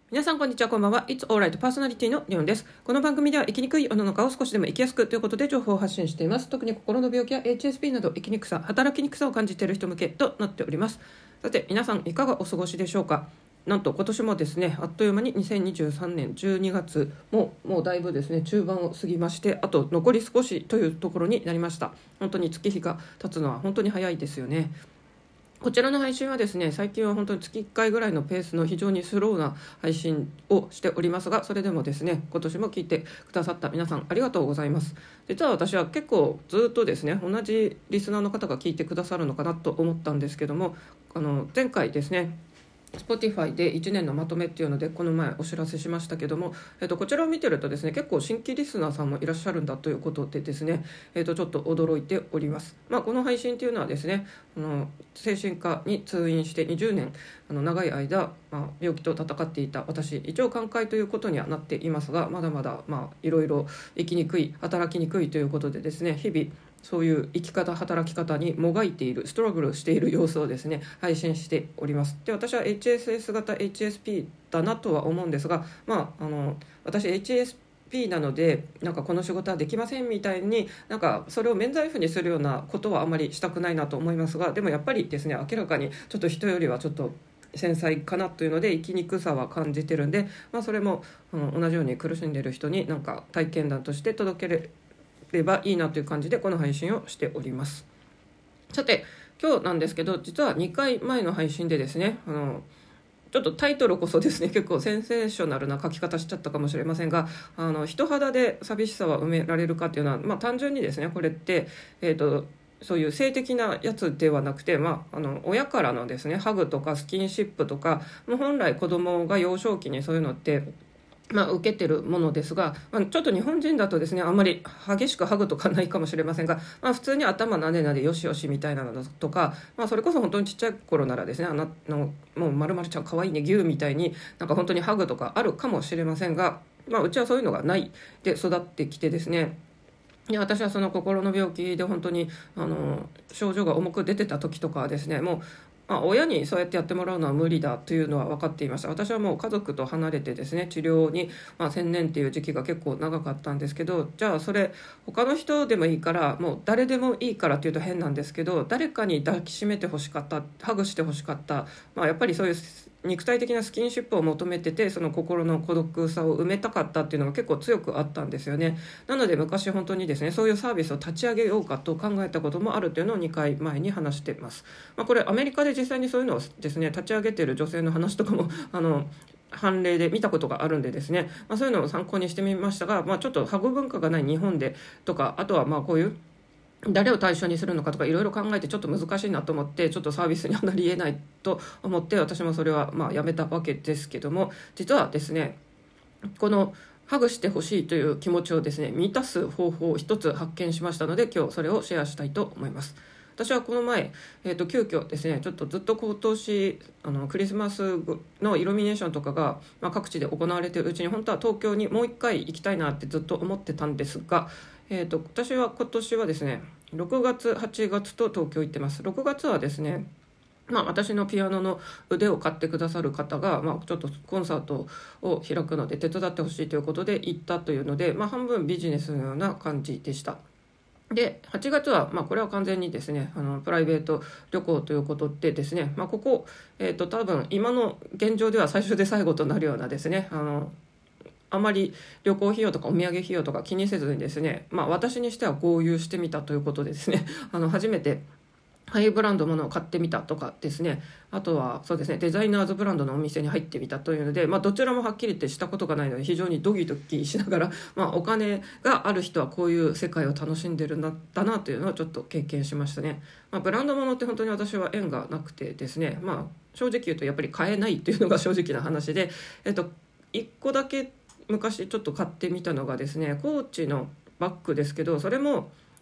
皆さんこんにちは、こんばんは。It's alright パーソナリティのリオンです。この番組では生きにくい世の中を少しでも生きやすくということで情報を発信しています。特に心の病気や HSP など生きにくさ、働きにくさを感じている人向けとなっております。さて皆さんいかがお過ごしでしょうか。なんと今年もですね、あっという間に2023年12月もうだいぶですね中盤を過ぎまして、あと残り少しというところになりました。本当に月日が経つのは本当に早いですよね。こちらの配信はですね、最近は本当に月1回ぐらいのペースの非常にスローな配信をしておりますが、それでもですね、今年も聞いてくださった皆さんありがとうございます。実は私は結構ずっとですね、同じリスナーの方が聞いてくださるのかなと思ったんですけども、前回ですね、Spotify で1年のまとめっていうのでこの前お知らせしましたけども、こちらを見てるとですね、結構新規リスナーさんもいらっしゃるんだということでですね、ちょっと驚いております。この配信っていうのはですね、精神科に通院して20年長い間、病気と闘っていた私、一応寛解ということにはなっていますが、まだまだいろいろ生きにくい、働きにくいということでですね、日々そういう生き方働き方にもがいている、ストラグルしている様子をですね配信しております。で、私は HSS 型 HSP だなとは思うんですが、私 HSP なのでなんかこの仕事はできませんみたいになんかそれを免罪符にするようなことはあまりしたくないなと思いますが、でもやっぱりですね、明らかにちょっと人よりはちょっと繊細かなというので生きにくさは感じてるんで、それも同じように苦しんでいる人になんか体験談として届ければいいなという感じでこの配信をしております。さて今日なんですけど、実は2回前の配信でですね、ちょっとタイトルこそですね結構センセーショナルな書き方しちゃったかもしれませんが、人肌で寂しさは埋められるかっていうのは、単純にですねこれって、そういう性的なやつではなくて、親からのですねハグとかスキンシップとか、本来子供が幼少期にそういうのって受けてるものですが、ちょっと日本人だとですねあんまり激しくハグとかないかもしれませんが、普通に頭なでなでよしよしみたいなのとか、それこそ本当にちっちゃい頃ならですねもう丸々ちゃん可愛いねギューみたいになんか本当にハグとかあるかもしれませんが、うちはそういうのがないで育ってきてですね、私はその心の病気で本当に症状が重く出てた時とかはですね、もう親にそうやってやってもらうのは無理だというのは分かっていました。私はもう家族と離れてですね治療に、専念っていう時期が結構長かったんですけど、じゃあそれ他の人でもいいから、もう誰でもいいからっていうと変なんですけど、誰かに抱きしめてほしかった、ハグしてほしかった、やっぱりそういう肉体的なスキンシップを求めてて、その心の孤独さを埋めたかったっていうのが結構強くあったんですよね。なので昔本当にですねそういうサービスを立ち上げようかと考えたこともあるというのを2回前に話しています。これアメリカで実際にそういうのをですね立ち上げている女性の話とかも判例で見たことがあるんでですね、そういうのを参考にしてみましたが、ちょっとハグ文化がない日本でとか、あとはこういう誰を対象にするのかとかいろいろ考えてちょっと難しいなと思って、ちょっとサービスにはなり得ないと思って私もそれはやめたわけですけども、実はですねこのハグしてほしいという気持ちをですね満たす方法を一つ発見しましたので、今日それをシェアしたいと思います。私はこの前、急遽ですねちょっとずっと今年クリスマスのイルミネーションとかが、各地で行われているうちに本当は東京にもう一回行きたいなってずっと思ってたんですが、私は今年はですね6月8月と東京行ってます。6月はですね私のピアノの腕を買ってくださる方が、ちょっとコンサートを開くので手伝ってほしいということで行ったというので、半分ビジネスのような感じでした。で8月は、これは完全にですねプライベート旅行ということでですね、ここ、多分今の現状では最初で最後となるようなですねあまり旅行費用とかお土産費用とか気にせずにですね、私にしては豪遊してみたということでですね初めてハイブランドものを買ってみたとかですね、あとはそうですねデザイナーズブランドのお店に入ってみたというので、どちらもはっきり言ってしたことがないので非常にドキドキしながら、お金がある人はこういう世界を楽しんでるんだなというのをちょっと経験しましたね。ブランドものって本当に私は縁がなくてですね、正直言うとやっぱり買えないというのが正直な話で、1個だけ昔ちょっと買ってみたのがですねコーチのバッグですけど、それも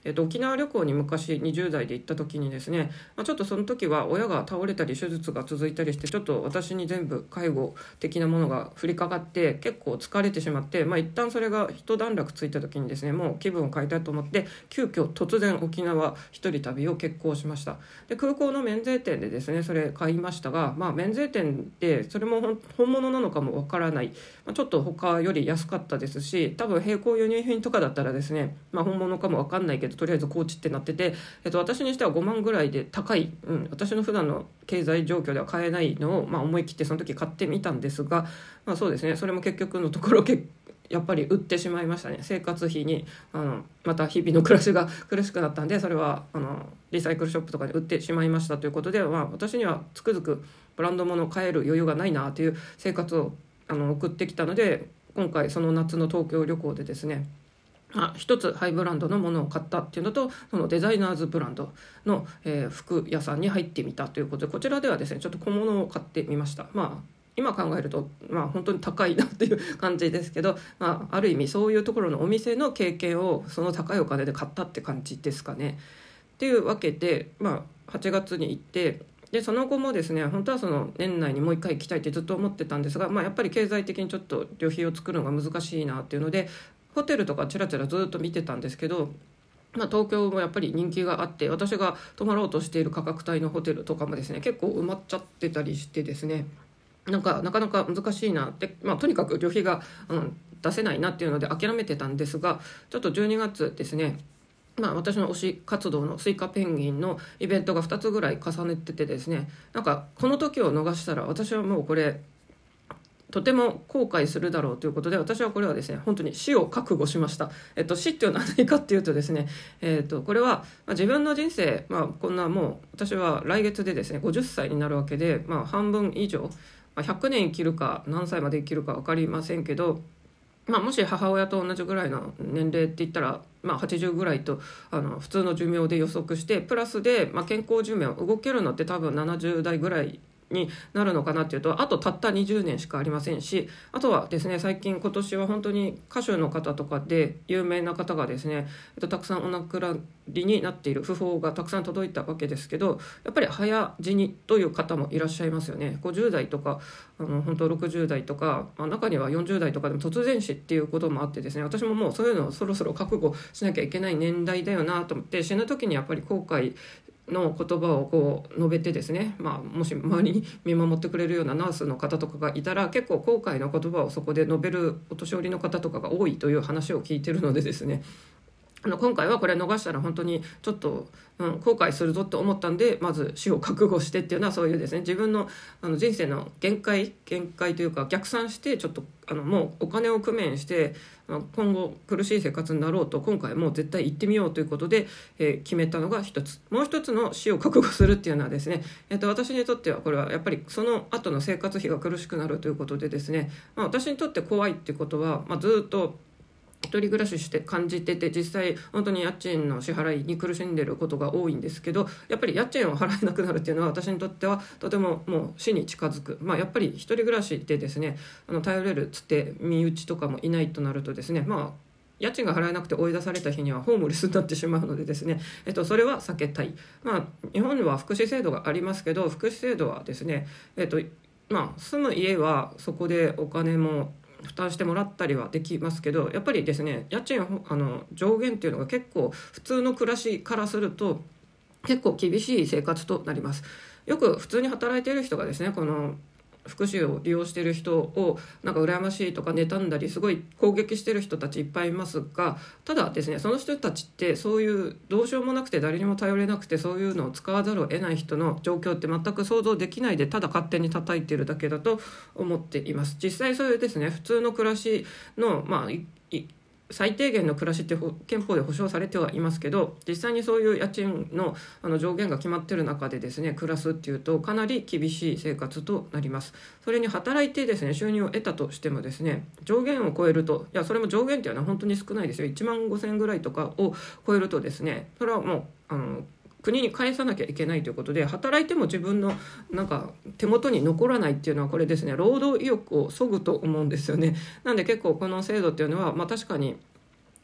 沖縄旅行に昔20代で行った時にですね、ちょっとその時は親が倒れたり手術が続いたりして、ちょっと私に全部介護的なものが降りかかって結構疲れてしまって、一旦それが一段落ついた時にですね、もう気分を変えたいと思って急遽突然沖縄一人旅を決行しました。で、空港の免税店でですねそれ買いましたが、免税店でそれも本物なのかもわからない、ちょっと他より安かったですし、多分並行輸入品とかだったらですね、本物かもわかんないけどとりあえず高知ってなってて、私にしては5万ぐらいで高い、私の普段の経済状況では買えないのを、思い切ってその時買ってみたんですが、そうですね、それも結局のところやっぱり売ってしまいましたね。生活費にまた日々の暮らしが苦しくなったんで、それはリサイクルショップとかで売ってしまいましたということで、私にはつくづくブランド物を買える余裕がないなという生活を送ってきたので、今回その夏の東京旅行でですね、一つハイブランドのものを買ったっていうのと、そのデザイナーズブランドの、服屋さんに入ってみたということで、こちらではですねちょっと小物を買ってみました。今考えると、本当に高いなっていう感じですけど、ある意味そういうところのお店の経験をその高いお金で買ったって感じですかね。っていうわけで、8月に行って、でその後もですね本当はその年内にもう一回行きたいってずっと思ってたんですが、やっぱり経済的にちょっと旅費を作るのが難しいなっていうので、ホテルとかちらちらずっと見てたんですけど、東京もやっぱり人気があって、私が泊まろうとしている価格帯のホテルとかもですね結構埋まっちゃってたりしてですね、なかなか難しいなって、とにかく旅費が、出せないなっていうので諦めてたんですが、ちょっと12月ですね、私の推し活動のスイカペンギンのイベントが2つぐらい重ねててですね、この時を逃したら私はもうこれとても後悔するだろうということで、私はこれはですね本当に死を覚悟しました。死っていうのは何かっていうとですね、これは自分の人生、こんなもう私は来月でですね50歳になるわけで、半分以上、100年生きるか何歳まで生きるか分かりませんけど、もし母親と同じぐらいの年齢って言ったら、80ぐらいと普通の寿命で予測して、プラスで、健康寿命動けるのって多分70代ぐらいになるのかなっていうと、あとたった20年しかありませんし、あとはですね今年は本当に歌手の方とかで有名な方がですね、たくさんお亡くなりになっている訃報がたくさん届いたわけですけど、やっぱり早死にという方もいらっしゃいますよね。50代とか本当60代とか、中には40代とかでも突然死っていうこともあってですね、私ももうそういうのをそろそろ覚悟しなきゃいけない年代だよなと思って、死ぬ時にやっぱり後悔の言葉を述べてですね、もし周りに見守ってくれるようなナースの方とかがいたら、結構後悔の言葉をそこで述べるお年寄りの方とかが多いという話を聞いてるのでですね、今回はこれ逃したら本当にちょっと、後悔するぞって思ったんで、まず死を覚悟してっていうのはそういうですね、自分の人生の限界というか逆算して、ちょっともうお金を工面して今後苦しい生活になろうと、今回もう絶対行ってみようということで、決めたのが一つ。もう一つの死を覚悟するっていうのはですね、私にとってはこれはやっぱりその後の生活費が苦しくなるということでですね、私にとって怖いっていうことは、ずっと一人暮らしして感じてて、実際本当に家賃の支払いに苦しんでることが多いんですけど、やっぱり家賃を払えなくなるっていうのは私にとってはとてももう死に近づく。やっぱり一人暮らしでですね、頼れるつって身内とかもいないとなるとですね、家賃が払えなくて追い出された日にはホームレスになってしまうのでですね、それは避けたい。日本は福祉制度がありますけど、福祉制度はですね、住む家はそこでお金も負担してもらったりはできますけど、やっぱりですね家賃上限っていうのが結構普通の暮らしからすると結構厳しい生活となります。よく普通に働いている人がですね、この福祉を利用している人を羨ましいとか妬んだりすごい攻撃している人たちいっぱいいますが、ただですねその人たちってそういうどうしようもなくて誰にも頼れなくてそういうのを使わざるを得ない人の状況って全く想像できないで、ただ勝手に叩いているだけだと思っています。実際そういうですね普通の暮らしの最低限の暮らしって憲法で保障されてはいますけど、実際にそういう家賃の上限が決まっている中でですね暮らすっていうとかなり厳しい生活となります。それに働いてですね収入を得たとしてもですね、上限を超えると、それも上限っていうのは本当に少ないですよ。1万5千円ぐらいとかを超えるとですね、それはもう国に返さなきゃいけないということで、働いても自分の手元に残らないっていうのはこれですね、労働意欲を削ぐと思うんですよね。なんで結構この制度っていうのは、確かに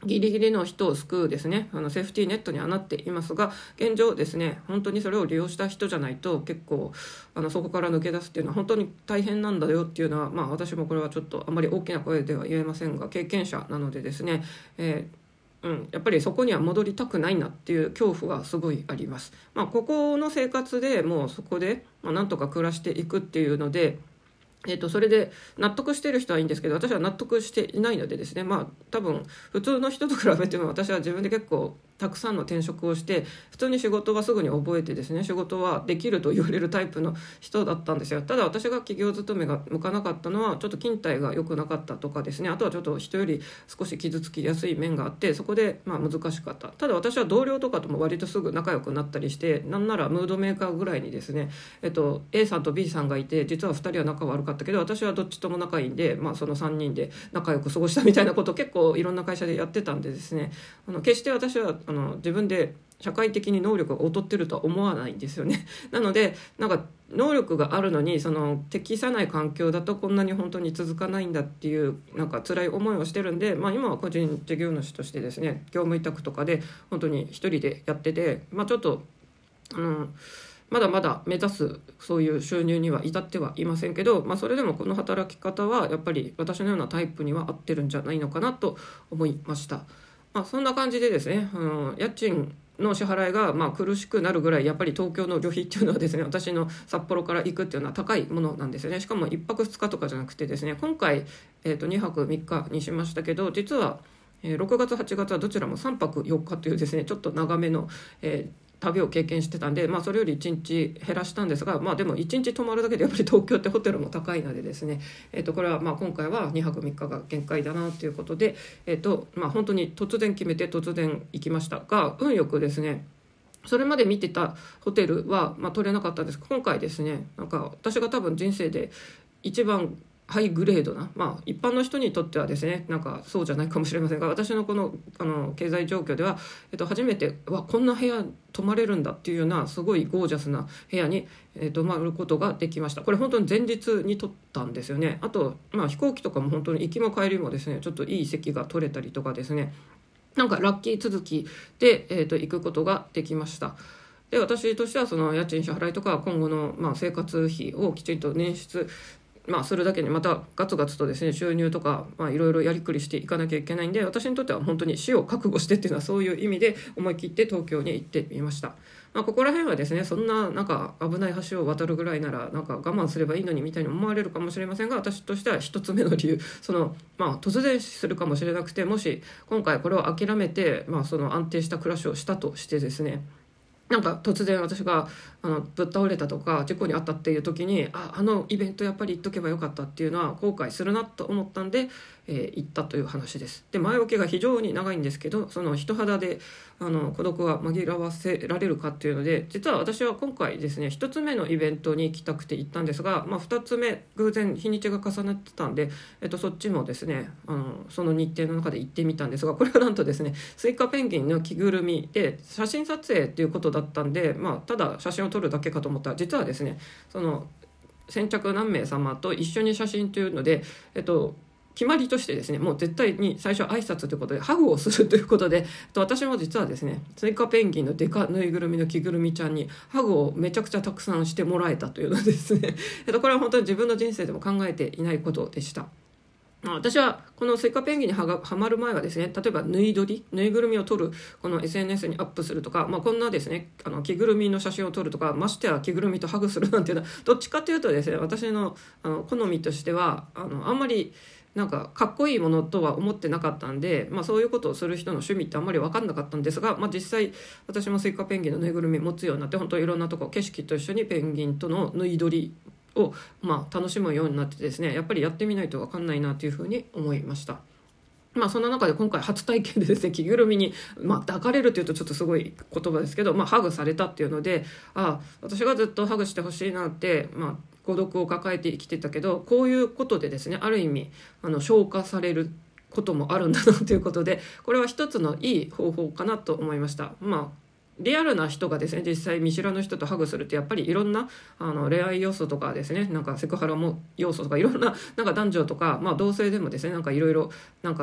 ギリギリの人を救うですねセーフティーネットにはなっていますが、現状ですね本当にそれを利用した人じゃないと結構そこから抜け出すっていうのは本当に大変なんだよっていうのは、私もこれはちょっとあまり大きな声では言えませんが経験者なのでですね、やっぱりそこには戻りたくないなっていう恐怖はすごいあります。ここの生活でもうそこでなんとか暮らしていくっていうので、それで納得している人はいいんですけど、私は納得していないのでですね、多分普通の人と比べても私は自分で結構たくさんの転職をして、普通に仕事はすぐに覚えてですね、仕事はできると言われるタイプの人だったんですよ。ただ私が企業勤めが向かなかったのはちょっと勤怠が良くなかったとかですね、あとはちょっと人より少し傷つきやすい面があって、そこで難しかった。ただ私は同僚とかとも割とすぐ仲良くなったりして、なんならムードメーカーぐらいにですね、A さんと B さんがいて、実は2人は仲悪かったけど私はどっちとも仲いいんで、その3人で仲良く過ごしたみたいなことを結構いろんな会社でやってたんでですね、決して私は自分で社会的に能力が劣ってるとは思わないんですよね。なので能力があるのに適さない環境だとこんなに本当に続かないんだっていう辛い思いをしてるんで、今は個人事業主としてですね業務委託とかで本当に一人でやってて、ちょっとまだまだ目指すそういう収入には至ってはいませんけど、それでもこの働き方はやっぱり私のようなタイプには合ってるんじゃないのかなと思いました。そんな感じでですね、家賃の支払いが苦しくなるぐらいやっぱり東京の旅費っていうのはですね、私の札幌から行くっていうのは高いものなんですよね。しかも1泊2日とかじゃなくてですね、今回、2泊3日にしましたけど、実は6月8月はどちらも3泊4日というですねちょっと長めの、旅を経験してたんで、それより1日減らしたんですが、でも1日泊まるだけでやっぱり東京ってホテルも高いのでですね、これは今回は2泊3日が限界だなということで、本当に突然決めて突然行きましたが、運よくですねそれまで見てたホテルは、取れなかったんです。今回ですね私が多分人生で一番ハイグレードな、一般の人にとってはですねそうじゃないかもしれませんが、私のこの経済状況では、初めてこんな部屋泊まれるんだっていうようなすごいゴージャスな部屋に、泊まることができました。これ本当に前日に撮ったんですよね。あと、飛行機とかも本当に行きも帰りもですねちょっといい席が取れたりとかですね、ラッキー続きで、行くことができました。で私としてはその家賃支払いとか今後の生活費をきちんと捻出するだけにまたガツガツとですね収入とかいろいろやりくりしていかなきゃいけないんで、私にとっては本当に死を覚悟してっていうのはそういう意味で思い切って東京に行ってみました。ここら辺はですねそんな危ない橋を渡るぐらいなら我慢すればいいのにみたいに思われるかもしれませんが、私としては一つ目の理由突然するかもしれなくて、もし今回これを諦めてその安定した暮らしをしたとしてですね、突然私がぶっ倒れたとか事故に遭ったっていう時にあのイベントやっぱり行っとけばよかったっていうのは後悔するなと思ったんで、行ったという話です。で前置きが非常に長いんですけど、その人肌で孤独は紛らわせられるかっていうので、実は私は今回ですね1つ目のイベントに行きたくて行ったんですが、2つ目偶然日にちが重なってたんで、そっちもですねその日程の中で行ってみたんですが、これはなんとですねスイカペンギンの着ぐるみで写真撮影っていうことだったんで、ただ写真を撮るだけかと思ったら、実はですねその先着何名様と一緒に写真というので、決まりとしてですねもう絶対に最初挨拶ということでハグをするということで、私も実はですねスイカペンギンのデカぬいぐるみの着ぐるみちゃんにハグをめちゃくちゃたくさんしてもらえたというのですねこれは本当に自分の人生でも考えていないことでした。私はこのスイカペンギンにはまる前はですね、例えばぬいぐるみを撮るこの SNS にアップするとか、こんなですね着ぐるみの写真を撮るとか、ましては着ぐるみとハグするなんていうのはどっちかというとですね私の好みとしてはあんまりかっこいいものとは思ってなかったんで、そういうことをする人の趣味ってあんまり分かんなかったんですが、実際私もスイカペンギンのぬいぐるみ持つようになって、本当いろんなとこ景色と一緒にペンギンとのぬい撮りを楽しむようになってですね、やっぱりやってみないと分かんないなというふうに思いました。そんな中で今回初体験でですね着ぐるみに、抱かれるというとちょっとすごい言葉ですけど、ハグされたっていうので、私がずっとハグしてほしいなって、孤独を抱えて生きてたけど、こういうことでですねある意味消化されることもあるんだなということで、これは一つのいい方法かなと思いました。リアルな人がですね実際見知らぬ人とハグするってやっぱりいろんな恋愛要素とかですねセクハラも要素とかいろんな男女とか、同性でもですねいろいろ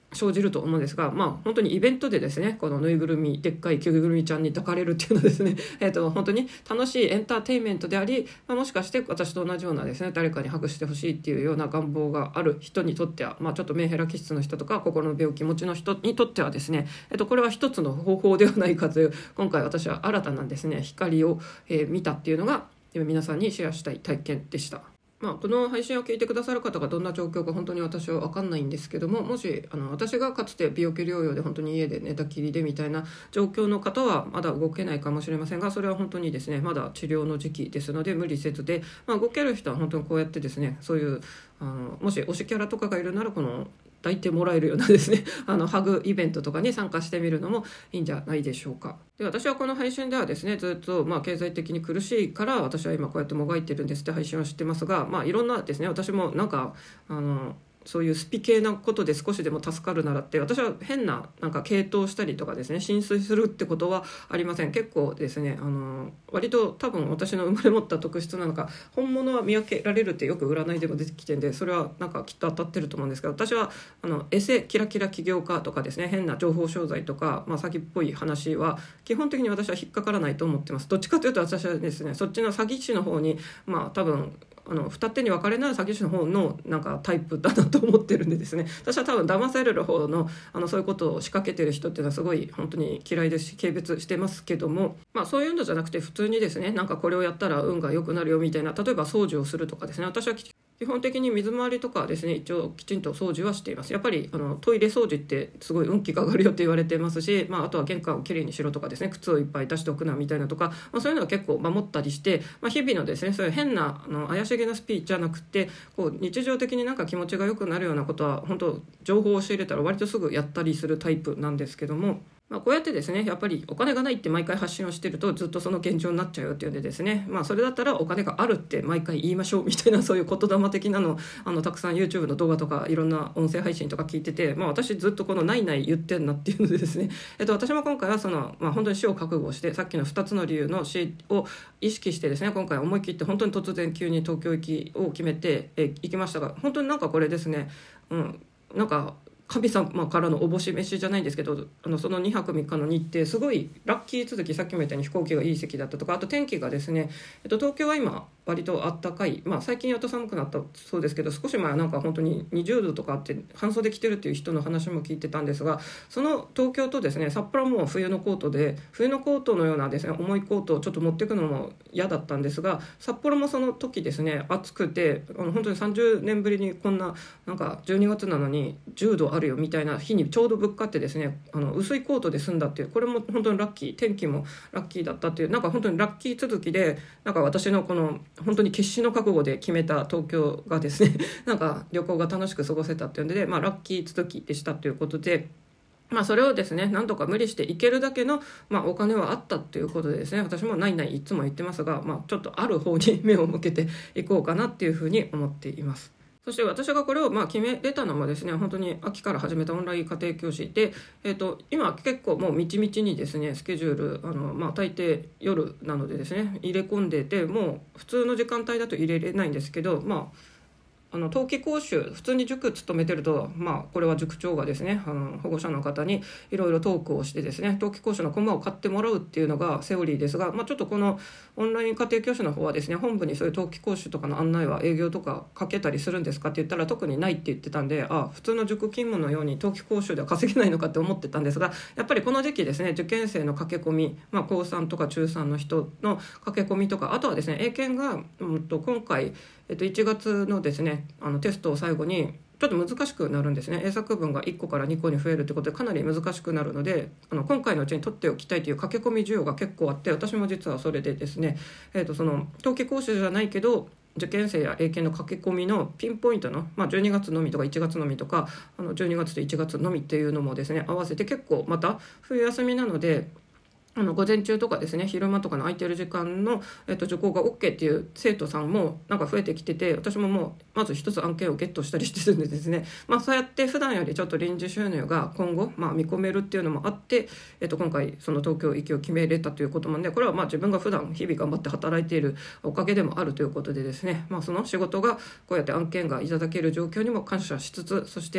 生じると思うんですが、本当にイベントでですね、このぬいぐるみ、でっかい着ぐるみちゃんに抱かれるっていうのはですね、本当に楽しいエンターテインメントであり、もしかして私と同じようなですね、誰かにハグしてほしいっていうような願望がある人にとっては、ちょっとメンヘラ気質の人とか心の病気持ちの人にとってはですね、これは一つの方法ではないかという、今回私は新たなですね、光を、見たっていうのが皆さんにシェアしたい体験でした。この配信を聞いてくださる方がどんな状況か本当に私は分かんないんですけども、もし私がかつて病気療養で本当に家で寝たきりでみたいな状況の方はまだ動けないかもしれませんが、それは本当にですねまだ治療の時期ですので無理せずで、動ける人は本当にこうやってですね、そういうもし推しキャラとかがいるならこの抱いてもらえるようなですねハグイベントとかに参加してみるのもいいんじゃないでしょうか。で、私はこの配信ではですねずっと経済的に苦しいから私は今こうやってもがいてるんですって配信をしてますが、いろんなですね、私もなんかそういうスピ系なことで少しでも助かるならって、私は変な系統したりとかですね浸水するってことはありません。結構ですね割と多分私の生まれ持った特質なのか本物は見分けられるってよく占いでも出てきてるんで、それはきっと当たってると思うんですけど、私はエセキラキラ起業家とかですね変な情報商材とか、詐欺っぽい話は基本的に私は引っかからないと思ってます。どっちかというと私はですねそっちの詐欺師の方に多分二手に分かれない詐欺師の方のタイプだなと思ってるんでですね、私は多分騙される方のそういうことを仕掛けてる人っていうのはすごい本当に嫌いですし軽蔑してますけども、そういうのじゃなくて普通にですねこれをやったら運が良くなるよみたいな、例えば掃除をするとかですね、私は基本的に水回りとかですね一応きちんと掃除はしています。やっぱりトイレ掃除ってすごい運気が上がるよって言われてますし、あとは玄関をきれいにしろとかですね、靴をいっぱい出しておくなみたいなとか、そういうのは結構守ったりして、日々のですねそういう変な怪しげなスピーチじゃなくて日常的に気持ちが良くなるようなことは本当情報を仕入れたら割とすぐやったりするタイプなんですけども、こうやってですねやっぱりお金がないって毎回発信をしてるとずっとその現状になっちゃうよっていうんでですね、それだったらお金があるって毎回言いましょうみたいな、そういう言霊的なのたくさん YouTube の動画とかいろんな音声配信とか聞いてて、私ずっとこのないない言ってんなっていうのでですね、私も今回は本当に死を覚悟して、さっきの2つの理由の死を意識してですね、今回思い切って本当に突然急に東京行きを決めて行きましたが、本当にこれですね、神様からのおぼし飯じゃないんですけど、その2泊3日の日程すごいラッキー続き、さっきも言ったように飛行機がいい席だったとか、あと天気がですね、東京は今割と暖かい、最近やっと寒くなったそうですけど、少し前は本当に20度とかあって半袖着てるっていう人の話も聞いてたんですが、その東京とですね札幌も冬のコートで、冬のコートのようなですね重いコートをちょっと持っていくのも嫌だったんですが、札幌もその時ですね暑くて本当に30年ぶりにこんな12月なのに10度あるよみたいな日にちょうどぶっかってですね薄いコートで済んだっていう、これも本当にラッキー、天気もラッキーだったっていう、本当にラッキー続きで、私のこの本当に決死の覚悟で決めた東京がですね旅行が楽しく過ごせたっていうので、ラッキー続きでしたということで、それをですねなんとか無理していけるだけの、お金はあったということでですね、私もないないいつも言ってますが、ちょっとある方に目を向けていこうかなっていうふうに思っています。そして私がこれを決めれたのもですね、本当に秋から始めたオンライン家庭教師で、今結構もうみちみちにですねスケジュール大抵夜なのでですね入れ込んでて、もう普通の時間帯だと入れれないんですけど、冬季講習普通に塾勤めてると、これは塾長がですね保護者の方にいろいろトークをしてですね冬季講習のコマを買ってもらうっていうのがセオリーですが、ちょっとこのオンライン家庭教師の方はですね本部にそういう冬季講習とかの案内は営業とかかけたりするんですかって言ったら特にないって言ってたんで、普通の塾勤務のように冬季講習では稼げないのかって思ってたんですが、やっぱりこの時期ですね受験生の駆け込み、高3とか中3の人の駆け込みとか、あとはですね英検が、今回1月のですねテストを最後にちょっと難しくなるんですね。英作文が1個から2個に増えるということでかなり難しくなるので、今回のうちに取っておきたいという駆け込み需要が結構あって、私も実はそれでですね、その冬季講習じゃないけど受験生や英検の駆け込みのピンポイントの、12月のみとか1月のみとか12月と1月のみっていうのもですね合わせて結構また冬休みなので午前中とかですね昼間とかの空いてる時間の、受講が OK っていう生徒さんも増えてきてて、私ももうまず一つ案件をゲットしたりしてるんでですね、そうやって普段よりちょっと臨時収入が今後、見込めるっていうのもあって、今回その東京行きを決めれたということなんで、これは自分が普段日々頑張って働いているおかげでもあるということでですね、その仕事がこうやって案件がいただける状況にも感謝しつつ、そして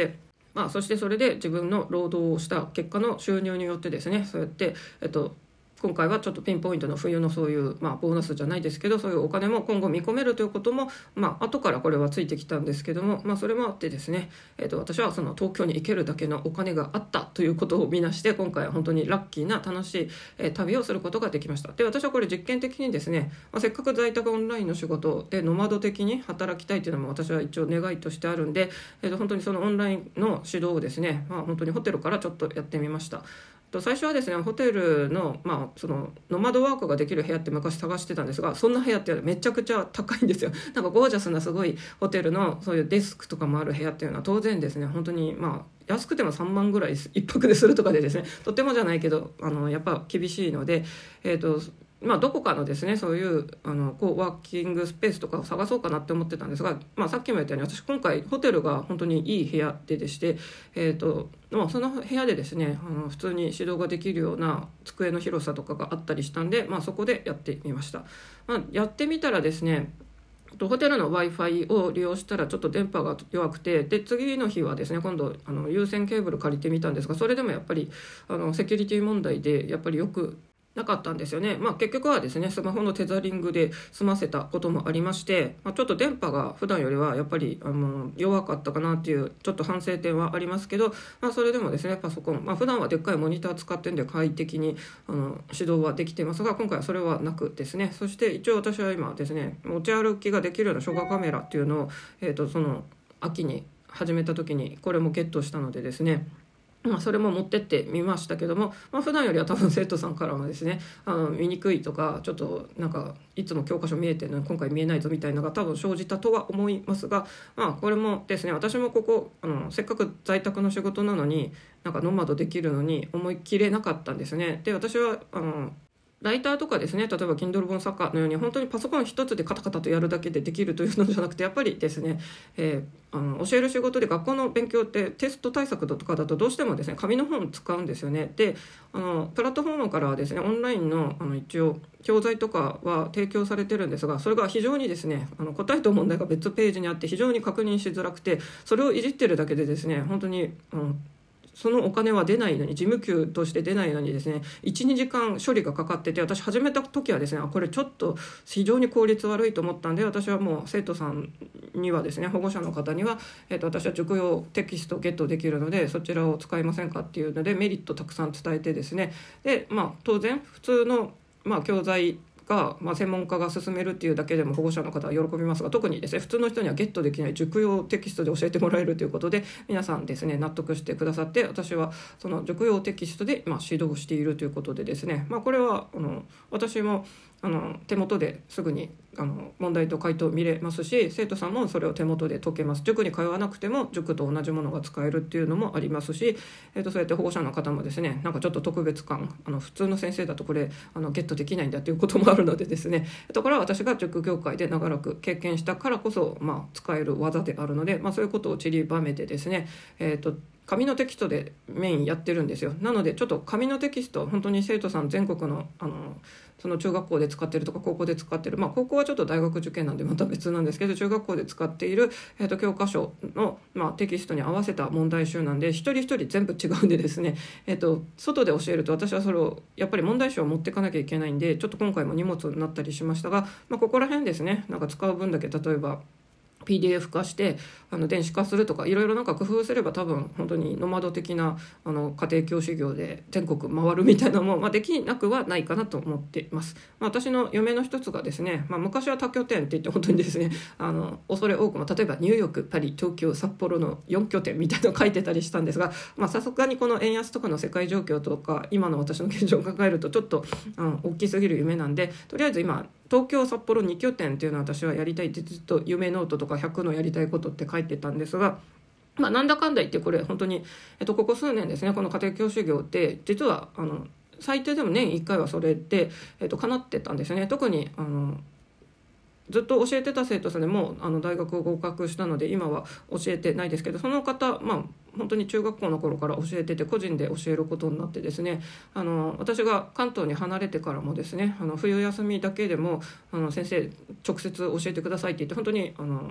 そしてそれで自分の労働をした結果の収入によってですね、そうやって、今回はちょっとピンポイントの冬のそういう、ボーナスじゃないですけど、そういうお金も今後見込めるということも、後からこれはついてきたんですけども、それもあってですね、私はその東京に行けるだけのお金があったということを見なして、今回は本当にラッキーな楽しい、旅をすることができました。で、私はこれ実験的にですね、せっかく在宅オンラインの仕事でノマド的に働きたいというのも私は一応願いとしてあるんで、本当にそのオンラインの指導をですね、本当にホテルからちょっとやってみました。最初はですね、ホテルの、そのノマドワークができる部屋って昔探してたんですが、そんな部屋ってめちゃくちゃ高いんですよ。なんかゴージャスなすごいホテルのそういうデスクとかもある部屋っていうのは当然ですね、本当に安くても3万ぐらい一泊でするとかでですね、とてもじゃないけどやっぱ厳しいので、どこかのですね、そういうワーキングスペースとかを探そうかなって思ってたんですが、さっきも言ったように私今回ホテルが本当にいい部屋でして、その部屋でですね、普通に指導ができるような机の広さとかがあったりしたんで、そこでやってみました。やってみたらですね、ホテルの Wi-Fi を利用したらちょっと電波が弱くて、で次の日はですね、今度有線ケーブル借りてみたんですが、それでもやっぱりセキュリティ問題でやっぱりよくなかったんですよね。結局はですね、スマホのテザリングで済ませたこともありまして、ちょっと電波が普段よりはやっぱり弱かったかなっていうちょっと反省点はありますけど、それでもですね、パソコン、普段はでっかいモニター使ってるんで快適に指導はできていますが、今回はそれはなくですね、そして一応私は今ですね、持ち歩きができるような小画カメラっていうのを、その秋に始めた時にこれもゲットしたのでですね、それも持ってってみましたけども、普段よりは多分生徒さんからもですね、見にくいとか、ちょっとなんかいつも教科書見えてるのに今回見えないぞみたいなのが多分生じたとは思いますが、これもですね、私もここせっかく在宅の仕事なのになんかノマドできるのに思い切れなかったんですね。で、私はライターとかですね、例えば Kindle 本作家のように本当にパソコン一つでカタカタとやるだけでできるというのじゃなくて、やっぱりですね、教える仕事で学校の勉強ってテスト対策とかだとどうしてもですね、紙の本を使うんですよね。で、プラットフォームからはですね、オンラインの一応教材とかは提供されてるんですが、それが非常にですね、答えと問題が別ページにあって非常に確認しづらくて、それをいじってるだけでですね、本当にそのお金は出ないのに、事務給として出ないのにですね、 1,2 時間処理がかかってて、私始めた時はですね、これちょっと非常に効率悪いと思ったんで、私はもう生徒さんにはですね、保護者の方には、私は塾用テキストをゲットできるのでそちらを使いませんかっていうのでメリットたくさん伝えてですね、で当然普通の教材が、専門家が進めるっていうだけでも保護者の方は喜びますが、特にですね、普通の人にはゲットできない塾用テキストで教えてもらえるということで皆さんですね納得してくださって、私はその塾用テキストで指導しているということでですね、これは私も手元ですぐに問題と回答見れますし、生徒さんもそれを手元で解けます。塾に通わなくても塾と同じものが使えるっていうのもありますし、そうやって保護者の方もですね、なんかちょっと特別感、普通の先生だとこれゲットできないんだということもあるのでですね、これは私が塾業界で長らく経験したからこそ、使える技であるので、そういうことを散りばめてですね、紙のテキストでメインやってるんですよ。なのでちょっと紙のテキスト、本当に生徒さん全国のその中学校で使ってるとか高校で使ってる、高校はちょっと大学受験なんでまた別なんですけど、中学校で使っている、教科書の、テキストに合わせた問題集なんで、一人一人全部違うんでですね、外で教えると私はそれをやっぱり問題集を持っていかなきゃいけないんで、ちょっと今回も荷物になったりしましたが、ここら辺ですね、なんか使う分だけ例えばPDF 化して電子化するとか、いろいろなんか工夫すれば多分本当にノマド的な家庭教師業で全国回るみたいなのも、できなくはないかなと思っています。私の夢の一つがですね、昔は多拠点って言って本当にですね、恐れ多くも例えばニューヨーク、パリ、東京、札幌の4拠点みたいなのを書いてたりしたんですが、さすがにこの円安とかの世界状況とか今の私の現状を考えるとちょっと大きすぎる夢なんで、とりあえず今東京札幌2拠点っていうのは私はやりたいってずっと夢ノートとか100のやりたいことって書いてたんですが、なんだかんだ言ってこれ本当に、ここ数年ですね、この家庭教師業って実は最低でも年1回はそれで、叶ってたんですよね。特にずっと教えてた生徒さんでも大学を合格したので今は教えてないですけど、その方本当に中学校の頃から教えてて個人で教えることになってですね、私が関東に離れてからもですね、冬休みだけでも先生直接教えてくださいって言って本当に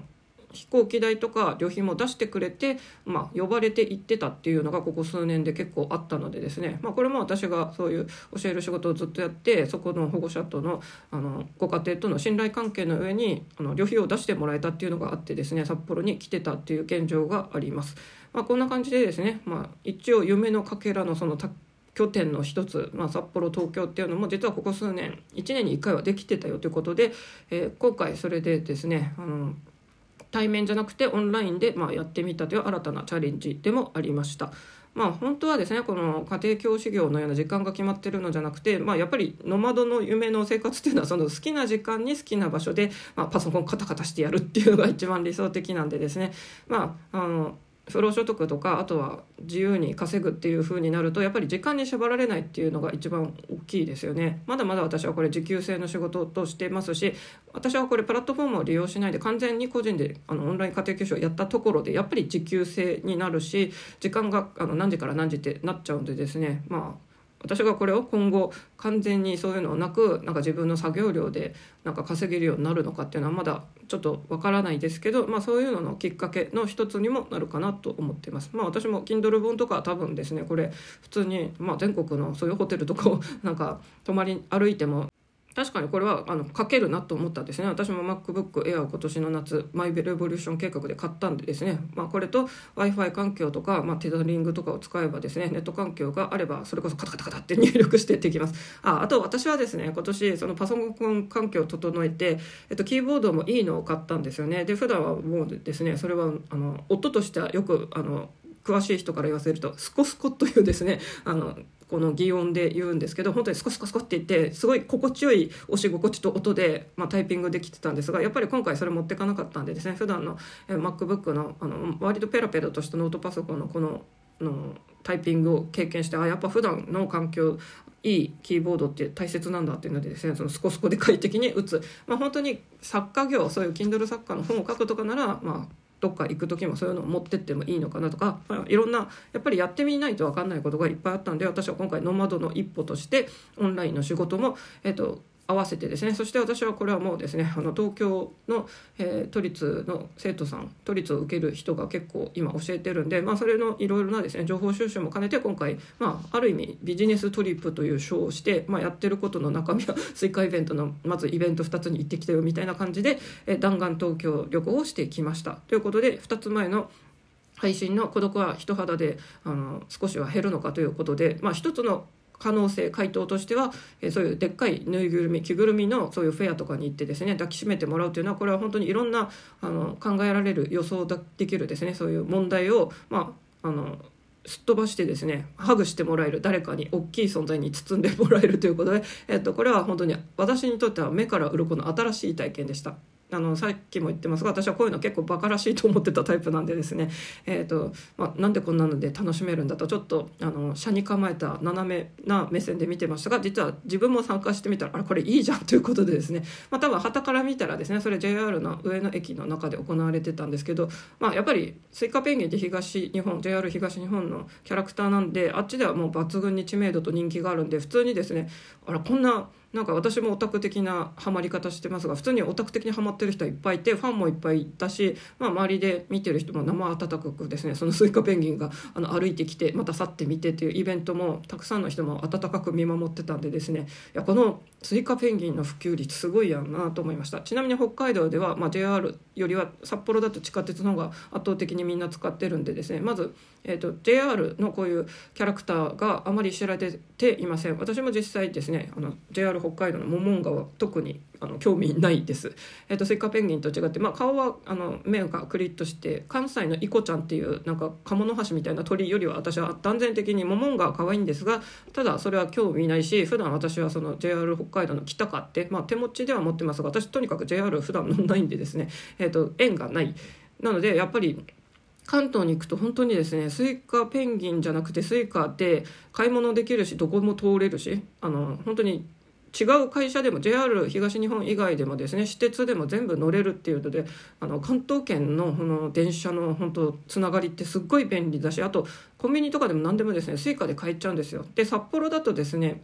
飛行機代とか旅費も出してくれて、呼ばれて行ってたっていうのがここ数年で結構あったのでですね、これも私がそういう教える仕事をずっとやって、そこの保護者とのご家庭との信頼関係の上に旅費を出してもらえたっていうのがあってですね、札幌に来てたっていう現状があります。こんな感じでですね、一応夢のかけらのその拠点の一つ、札幌東京っていうのも実はここ数年1年に1回はできてたよということで、今回それでですね対面じゃなくてオンラインでやってみたという新たなチャレンジでもありました。本当はですねこの家庭教師業のような時間が決まってるのじゃなくて、やっぱりノマドの夢の生活っていうのはその好きな時間に好きな場所で、パソコンカタカタしてやるっていうのが一番理想的なんでですね、不労所得とかあとは自由に稼ぐっていう風になるとやっぱり時間に縛られないっていうのが一番大きいですよね。まだまだ私はこれ時給制の仕事としてますし、私はこれプラットフォームを利用しないで完全に個人でオンライン家庭教師をやったところでやっぱり時給制になるし、時間が何時から何時ってなっちゃうんでですね、私がこれを今後完全にそういうのをなく自分の作業量で稼げるようになるのかっていうのはまだちょっとわからないですけど、そういうののきっかけの一つにもなるかなと思っています。私も Kindle 本とか多分ですねこれ普通に全国のそういうホテルとかを泊まり歩いても確かにこれは書けるなと思ったんですね。私も MacBook Air を今年の夏マイレボリューション計画で買ったんでですね、これと Wi-Fi 環境とか、テザリングとかを使えばですね、ネット環境があればそれこそカタカタカタって入力してできます。あと私はですね今年そのパソコン環境を整えて、キーボードもいいのを買ったんですよね。で普段はもうですねそれは音としてはよく詳しい人から言わせるとスコスコというですねこの擬音で言うんですけど、本当にスコスコスコって言ってすごい心地よい押し心地と音で、タイピングできてたんですが、やっぱり今回それ持ってかなかったんでですね、普段の MacBook の割とペラペラとしたノートパソコンのこのタイピングを経験して、やっぱ普段の環境いいキーボードって大切なんだっていうのでですね、そのスコスコで快適に打つ、本当に作家業、そういう Kindle 作家の本を書くとかならどっか行く時もそういうのを持ってってもいいのかなとか、いろんなやっぱりやってみないと分かんないことがいっぱいあったんで、私は今回ノマドの一歩としてオンラインの仕事も合わせてですね、そして私はこれはもうですね東京の、都立の生徒さん、都立を受ける人が結構今教えてるんで、それのいろいろなですね情報収集も兼ねて今回、ある意味ビジネストリップという賞をして、やってることの中身はスイカイベントのまずイベント2つに行ってきたよみたいな感じで、弾丸東京旅行をしてきましたということで、2つ前の配信の孤独は人肌で少しは減るのかということで、一つの可能性回答としては、そういうでっかいぬいぐるみ着ぐるみのそういうフェアとかに行ってですね抱きしめてもらうというのは、これは本当にいろんな考えられる予想できるですねそういう問題をすっ飛ばしてですねハグしてもらえる、誰かに大きい存在に包んでもらえるということで、これは本当に私にとっては目から鱗の新しい体験でした。さっきも言ってますが、私はこういうの結構バカらしいと思ってたタイプなんでですね、なんでこんなので楽しめるんだとちょっと斜に構えた斜めな目線で見てましたが、実は自分も参加してみたらこれいいじゃんということでですね、多分傍から見たらですねそれ JR の上野駅の中で行われてたんですけど、やっぱりスイカペンギンって東日本 JR 東日本のキャラクターなんで、あっちではもう抜群に知名度と人気があるんで、普通にですねこんな私もオタク的なハマり方してますが、普通にオタク的にハマってる人はいっぱいいて、ファンもいっぱいいたし、周りで見てる人も生温かくですねそのスイカペンギンが歩いてきてまた去ってみてっていうイベントもたくさんの人も温かく見守ってたんでですね、このスイカペンギンの普及率すごいやんなと思いました。ちなみに北海道では、JR よりは札幌だと地下鉄の方が圧倒的にみんな使ってるんでですね、まず、JR のこういうキャラクターがあまり知られていません。私も実際ですねJR 北海道のモモンガは特に興味ないです。スイカペンギンと違って、顔は目がクリッとして、関西のイコちゃんっていうカモノハシみたいな鳥よりは私は断然的にモモンガは可愛いんですが、ただそれは興味ないし、普段私はその JR 北海道の北かって、手持ちでは持ってますが、私とにかく JR 普段乗んないんでですね、縁がない。なのでやっぱり関東に行くと本当にですねスイカペンギンじゃなくてスイカで買い物できるし、どこも通れるし、本当に違う会社でも JR 東日本以外でもですね私鉄でも全部乗れるっていうので、関東圏のこの電車の本当つながりってすっごい便利だし、あとコンビニとかでも何でもですねスイカで買えちゃうんですよ。で札幌だとですね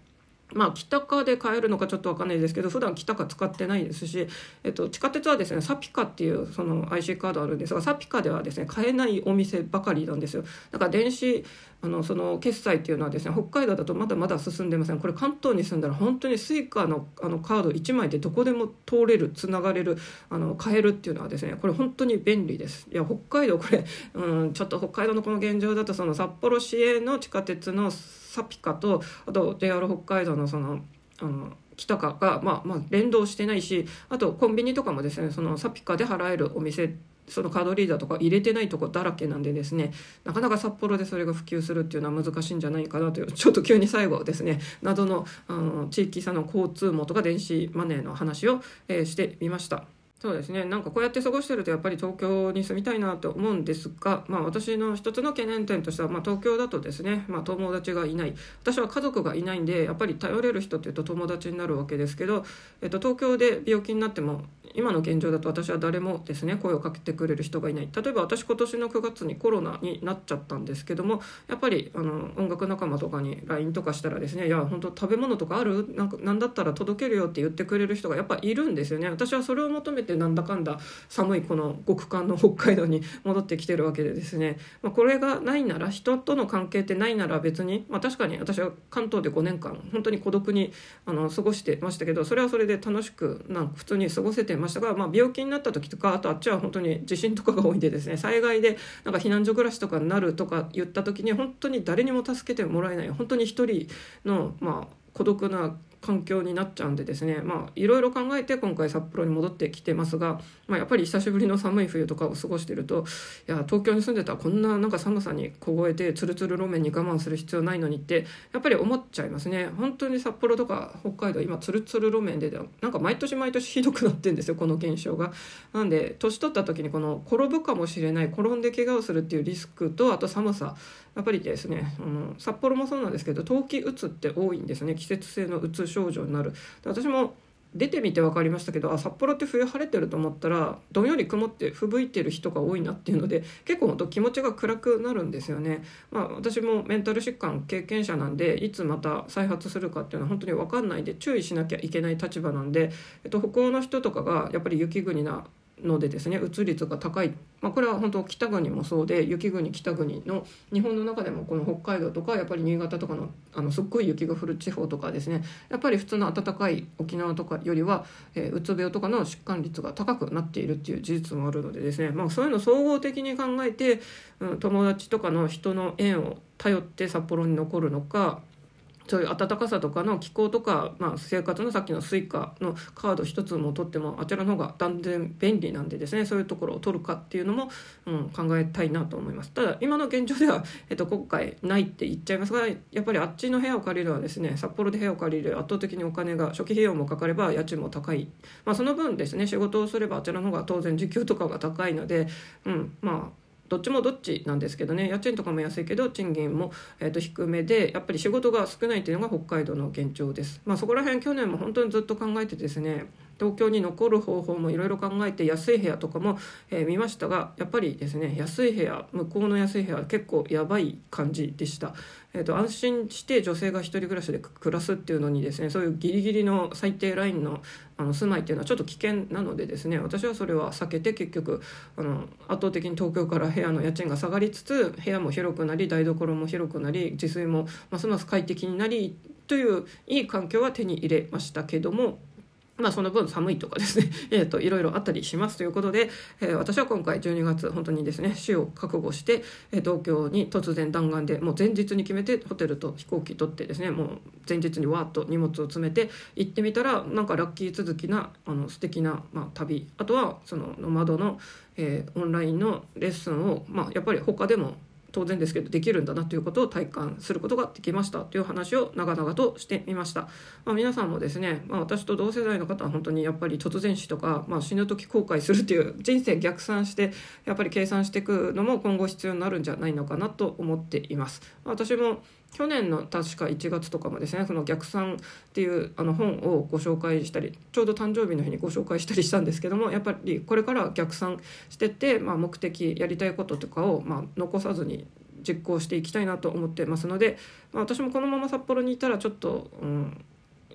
北カで買えるのかちょっと分かんないですけど、普段北カ使ってないですし、地下鉄はですねサピカっていうその IC カードあるんですが、サピカではですね買えないお店ばかりなんですよ。だから電子その決済っていうのはですね、北海道だとまだまだ進んでません。これ関東に住んだら本当にスイカのカード1枚でどこでも通れる、つながれる、買えるっていうのはですね、これ本当に便利です。いや北海道これ、ちょっと北海道のこの現状だと、その札幌市営の地下鉄のサピカと、あと JR 北海道のその北カが連動してないし、あとコンビニとかもですね、そのサピカで払えるお店、そのカードリーダーとか入れてないとこだらけなんでですね、なかなか札幌でそれが普及するっていうのは難しいんじゃないかなという、ちょっと急に最後ですね謎の、地域差の交通網とか電子マネーの話を、してみました。そうですね、なんかこうやって過ごしてるとやっぱり東京に住みたいなと思うんですが、私の一つの懸念点としては、東京だとですね、友達がいない、私は家族がいないんで、やっぱり頼れる人っていうと友達になるわけですけど、東京で病気になっても今の現状だと私は誰もですね声をかけてくれる人がいない。例えば私今年の9月にコロナになっちゃったんですけども、やっぱり音楽仲間とかに LINE とかしたらですね、いや本当食べ物とかある、なんだったら届けるよって言ってくれる人がやっぱいるんですよね。私はそれを求めてなんだかんだ寒いこの極寒の北海道に戻ってきてるわけでですね、これがないなら、人との関係ってないなら別に、確かに私は関東で5年間本当に孤独に過ごしてましたけど、それはそれで楽しく普通に過ごせてましたが、病気になった時とか、あっちは本当に地震とかが多いんでですね、災害で避難所暮らしとかになるとか言った時に本当に誰にも助けてもらえない、本当に一人の孤独な環境になっちゃうんでですね、いろいろ考えて今回札幌に戻ってきてますが、やっぱり久しぶりの寒い冬とかを過ごしていると、いや東京に住んでたらこんな寒さに凍えてツルツル路面に我慢する必要ないのにってやっぱり思っちゃいますね。本当に札幌とか北海道今ツルツル路面で毎年毎年ひどくなってるんですよ、この現象が。なんで年取った時にこの転ぶかもしれない、転んで怪我をするっていうリスクと、あと寒さ、やっぱりですね札幌もそうなんですけど、冬季うつって多いんですね。季節性のうつ症状になる。で私も出てみて分かりましたけど、札幌って冬晴れてると思ったらどんより曇って吹雪いてる人が多いなっていうので、結構本当気持ちが暗くなるんですよね。私もメンタル疾患経験者なんで、いつまた再発するかっていうのは本当に分かんないで注意しなきゃいけない立場なんで、北欧の人とかがやっぱり雪国なのでですね、うつ率が高い、これは本当北国もそうで、雪国北国の日本の中でもこの北海道とかやっぱり新潟とかのすっごい雪が降る地方とかですね、やっぱり普通の暖かい沖縄とかよりは、うつ病とかの疾患率が高くなっているっていう事実もあるのでですね、そういうのを総合的に考えて、友達とかの人の縁を頼って札幌に残るのか、そういう暖かさとかの気候とか、生活のさっきのスイカのカード一つも取ってもあちらの方が断然便利なんでですね、そういうところを取るかっていうのも、考えたいなと思います。ただ今の現状では、今回ないって言っちゃいますが、やっぱりあっちの部屋を借りるのはですね、札幌で部屋を借りる圧倒的にお金が初期費用もかかれば家賃も高い、その分ですね仕事をすればあちらの方が当然時給とかが高いので、どっちもどっちなんですけどね、家賃とかも安いけど賃金も、低めで、やっぱり仕事が少ないというのが北海道の現状です。そこら辺去年も本当にずっと考えてですね、東京に残る方法もいろいろ考えて安い部屋とかも、見ましたが、やっぱりですね安い部屋、向こうの安い部屋は結構やばい感じでした。安心して女性が一人暮らしで暮らすっていうのにですね、そういうギリギリの最低ラインの住まいっていうのはちょっと危険なのでですね、私はそれは避けて、結局圧倒的に東京から部屋の家賃が下がりつつ、部屋も広くなり台所も広くなり自炊もますます快適になりといういい環境は手に入れましたけども、その分寒いとかですねいろいろあったりしますということで、私は今回12月本当にですね死を覚悟して、東京に突然弾丸でもう前日に決めてホテルと飛行機取ってですね、もう前日にわーっと荷物を詰めて行ってみたら、ラッキー続きな素敵な、旅、あとはそのノマドの、オンラインのレッスンを、やっぱり他でも当然ですけどできるんだなということを体感することができましたという話を長々としてみました。皆さんもですね、私と同世代の方は本当にやっぱり突然死とか、死ぬ時後悔するという人生逆算してやっぱり計算していくのも今後必要になるんじゃないのかなと思っています。私も去年の確か1月とかもですね、その逆算っていう本をご紹介したり、ちょうど誕生日の日にご紹介したりしたんですけども、やっぱりこれからは逆算してって、目的やりたいこととかを残さずに実行していきたいなと思ってますので、私もこのまま札幌にいたらちょっと、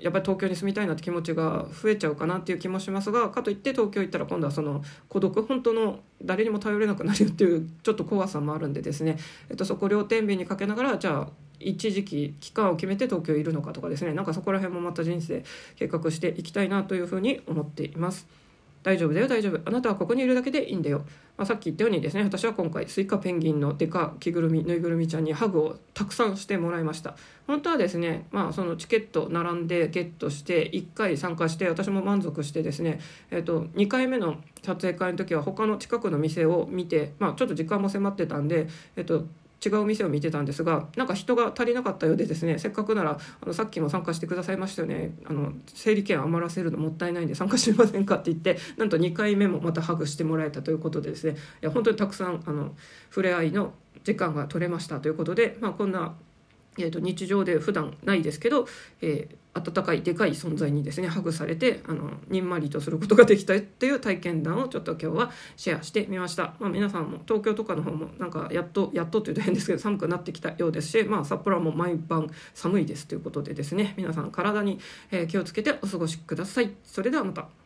やっぱり東京に住みたいなって気持ちが増えちゃうかなっていう気もしますが、かといって東京行ったら今度はその孤独、本当の誰にも頼れなくなるよっていうちょっと怖さもあるんでですね、そこ両天秤にかけながら、じゃあ一時期期間を決めて東京いるのかとかですね、なんかそこら辺もまた人生計画していきたいなというふうに思っています。大丈夫だよ大丈夫、あなたはここにいるだけでいいんだよ。さっき言ったようにですね、私は今回スイカペンギンのデカ着ぐるみぬいぐるみちゃんにハグをたくさんしてもらいました。本当はですね、そのチケット並んでゲットして1回参加して私も満足してですね、2回目の撮影会の時は他の近くの店を見て、ちょっと時間も迫ってたんで、違う店を見てたんですが、なんか人が足りなかったようでですね、せっかくならさっきも参加してくださいましたよね、整理券余らせるのもったいないんで参加しませんかって言って、なんと2回目もまたハグしてもらえたということでですね、いや本当にたくさん触れ合いの時間が取れましたということで、こんな日常で普段ないですけど、温かいでかい存在にですねハグされてにんまりとすることができたっていう体験談をちょっと今日はシェアしてみました。皆さんも東京とかの方もなんかやっとって言うと変ですけど寒くなってきたようですし、札幌はもう毎晩寒いですということでですね、皆さん体に気をつけてお過ごしください。それではまた。